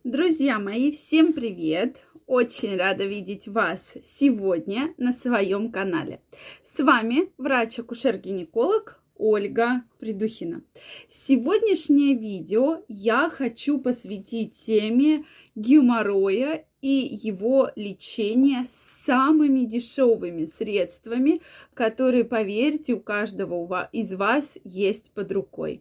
Друзья мои, всем привет! Очень рада видеть вас сегодня на своем канале. С вами врач-акушер-гинеколог Ольга Придухина. Сегодняшнее видео я хочу посвятить теме геморроя и его лечения самыми дешевыми средствами, которые, поверьте, у каждого из вас есть под рукой.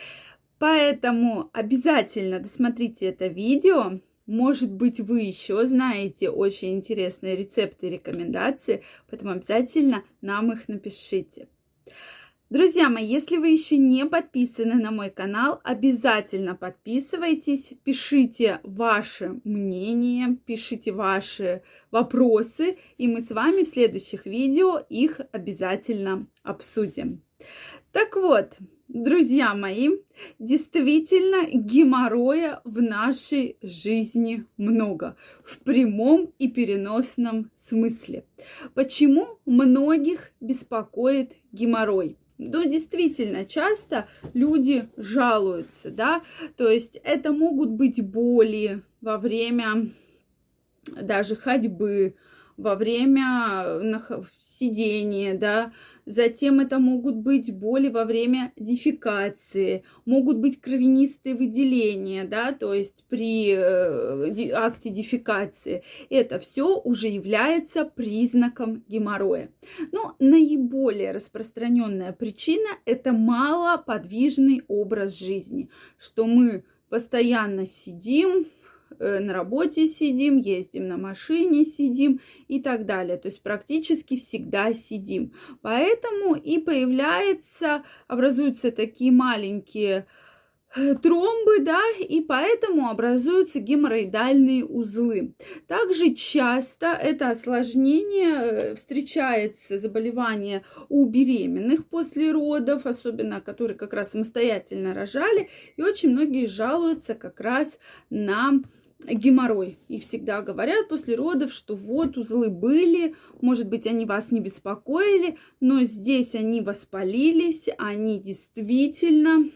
Поэтому обязательно досмотрите это видео. Может быть, вы еще знаете очень интересные рецепты и рекомендации, поэтому обязательно нам их напишите. Друзья мои, если вы еще не подписаны на мой канал, обязательно подписывайтесь, пишите ваше мнение, пишите ваши вопросы, и мы с вами в следующих видео их обязательно обсудим. Так вот, друзья мои, действительно геморроя в нашей жизни много, в прямом и переносном смысле. Почему многих беспокоит геморрой? Ну, действительно, часто люди жалуются, да, то есть это могут быть боли во время даже ходьбы, во время сидения, да, затем это могут быть боли во время дефекации, могут быть кровянистые выделения, да, то есть при акте дефекации. Это все уже является признаком геморроя. Но наиболее распространенная причина – это малоподвижный образ жизни, что мы постоянно сидим, на работе сидим, ездим на машине, сидим и так далее. То есть практически всегда сидим. Поэтому и образуются такие маленькие тромбы, да, и поэтому образуются геморроидальные узлы. Также часто это осложнение встречается, заболевание у беременных после родов, особенно которые как раз самостоятельно рожали, и очень многие жалуются как раз на геморрой. И всегда говорят после родов, что вот узлы были, может быть, они вас не беспокоили, но здесь они воспалились, они действительно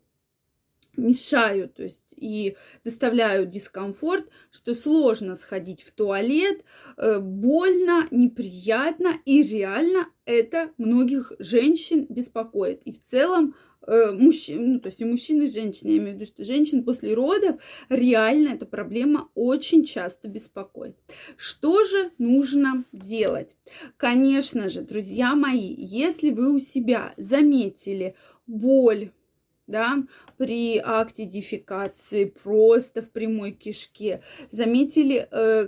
мешают, то есть и доставляют дискомфорт, что сложно сходить в туалет, больно, неприятно, и реально это многих женщин беспокоит. И в целом мужчин, то есть и мужчин, и женщин, я имею в виду, что женщин после родов реально эта проблема очень часто беспокоит. Что же нужно делать? Конечно же, друзья мои, если вы у себя заметили боль, да, при акте дефекации, просто в прямой кишке, заметили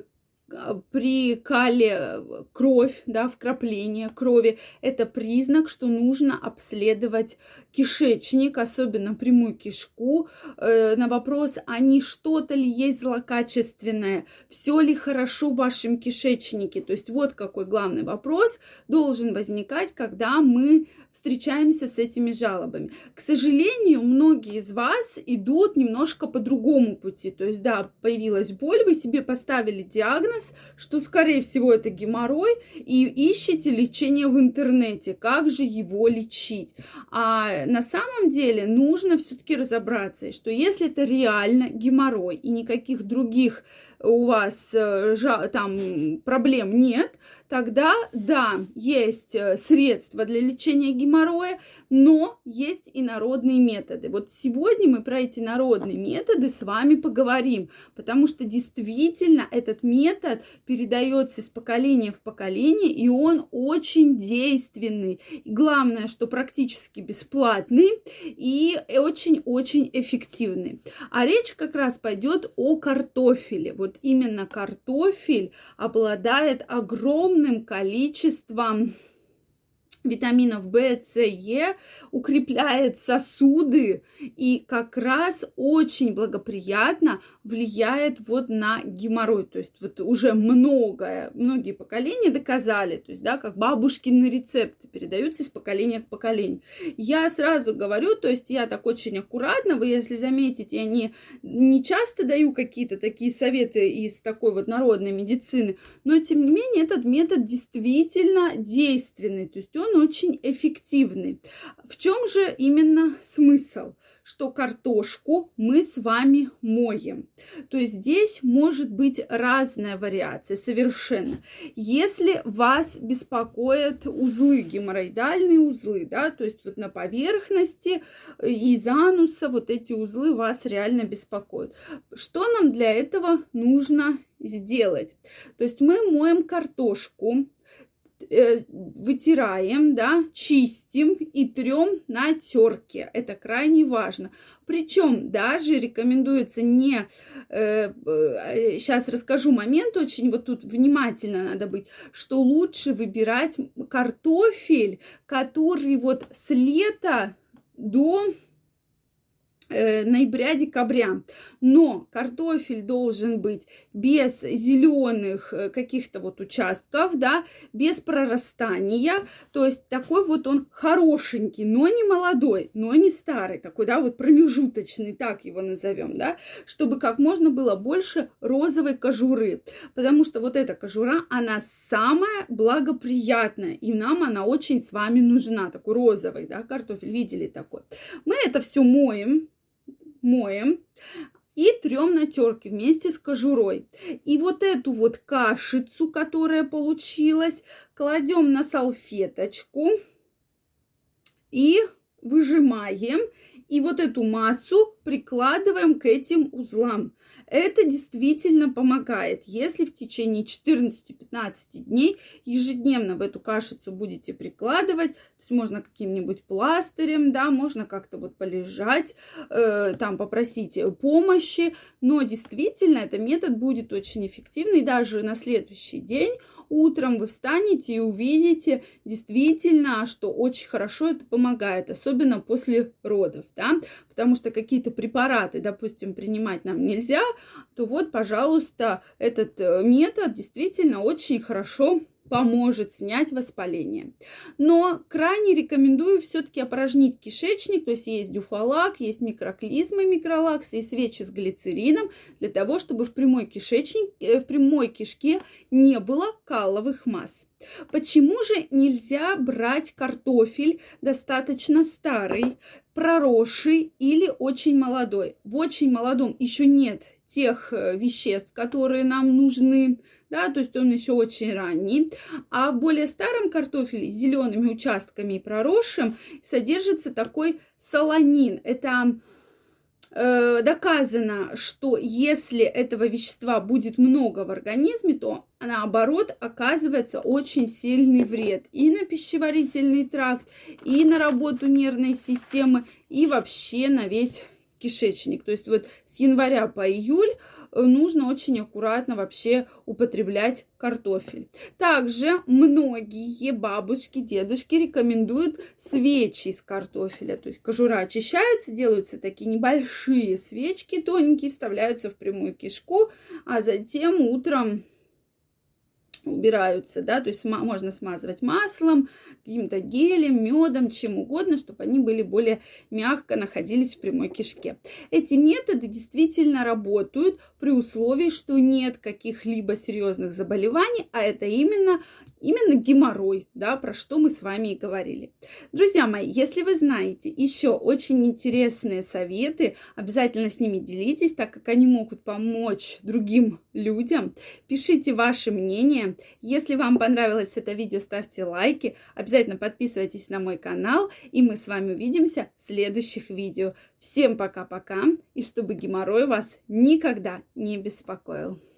при кале кровь, да, вкрапление крови, это признак, что нужно обследовать кишечник, особенно прямую кишку, на вопрос, а не что-то ли есть злокачественное, все ли хорошо в вашем кишечнике. То есть вот какой главный вопрос должен возникать, когда мы встречаемся с этими жалобами. К сожалению, многие из вас идут немножко по другому пути. То есть, да, появилась боль, вы себе поставили диагноз, что, скорее всего, это геморрой, и ищете лечение в интернете, как же его лечить. А на самом деле нужно все-таки разобраться, что если это реально геморрой и никаких других у вас там проблем нет, тогда, да, есть средства для лечения геморроя, но есть и народные методы. Вот сегодня мы про эти народные методы с вами поговорим, потому что действительно этот метод передается из поколения в поколение, и он очень действенный. И главное, что практически бесплатный и очень-очень эффективный. А речь как раз пойдет о картофеле. Вот именно картофель обладает огромным количеством витаминов В, С, Е, укрепляет сосуды и как раз очень благоприятно влияет вот на геморрой. То есть вот уже многие поколения доказали, то есть, да, как бабушкины рецепты передаются из поколения к поколению. Я сразу говорю, то есть я так очень аккуратно, вы если заметите, я не часто даю какие-то такие советы из такой вот народной медицины, но тем не менее этот метод действительно действенный, то есть он очень эффективный. В чем же именно смысл? что картошку мы с вами моем. То есть здесь может быть разная вариация совершенно. Если вас беспокоят узлы, геморроидальные узлы, да, то есть вот на поверхности из ануса вот эти узлы вас реально беспокоят. Что нам для этого нужно сделать? То есть мы моем картошку, вытираем, да, чистим и трем на терке. Это крайне важно. Причем даже рекомендуется не... сейчас расскажу момент очень, вот тут внимательно надо быть, что лучше выбирать картофель, который вот с лета до ноября-декабря. Но картофель должен быть без зеленых каких-то вот участков, да, без прорастания. То есть такой вот он хорошенький, но не молодой, но не старый. Такой, да, вот промежуточный, так его назовем, да, чтобы как можно было больше розовой кожуры. Потому что вот эта кожура, она самая благоприятная. И нам она очень с вами нужна. Такой розовый, да, картофель. Видели такой? Мы это все моем и трем на терке вместе с кожурой. И вот эту вот кашицу, которая получилась, кладем на салфеточку и выжимаем. И вот эту массу прикладываем к этим узлам. Это действительно помогает. Если в течение 14-15 дней ежедневно в эту кашицу будете прикладывать, то есть можно каким-нибудь пластырем, да, можно как-то вот полежать, там попросить помощи, но действительно этот метод будет очень эффективный. Даже на следующий день утром вы встанете и увидите действительно, что очень хорошо это помогает, особенно после родов, да, потому что какие-то препараты, допустим, принимать нам нельзя, то вот, пожалуйста, этот метод действительно очень хорошо поможет снять воспаление. Но крайне рекомендую все-таки опорожнить кишечник, то есть есть дюфалак, есть микроклизмы, микролакс и свечи с глицерином, для того, чтобы в прямой кишке не было каловых масс. Почему же нельзя брать картофель достаточно старый, проросший или очень молодой? В очень молодом еще нет тех веществ, которые нам нужны, да, то есть он еще очень ранний. А в более старом картофеле с зелеными участками и проросшим содержится такой солонин. Это доказано, что если этого вещества будет много в организме, то наоборот оказывается очень сильный вред и на пищеварительный тракт, и на работу нервной системы, и вообще на весь кишечник. То есть вот с января по июль нужно очень аккуратно вообще употреблять картофель. Также многие бабушки, дедушки рекомендуют свечи из картофеля. То есть кожура очищается, делаются такие небольшие свечки тоненькие, вставляются в прямую кишку, а затем утром убираются, да, то есть можно смазывать маслом, каким-то гелем, медом, чем угодно, чтобы они были более мягко находились в прямой кишке. Эти методы действительно работают при условии, что нет каких-либо серьезных заболеваний, а это именно геморрой, да, про что мы с вами и говорили. Друзья мои, если вы знаете еще очень интересные советы, обязательно с ними делитесь, так как они могут помочь другим людям. Пишите ваше мнение. Если вам понравилось это видео, ставьте лайки. Обязательно подписывайтесь на мой канал. И мы с вами увидимся в следующих видео. Всем пока-пока. И чтобы геморрой вас никогда не беспокоил.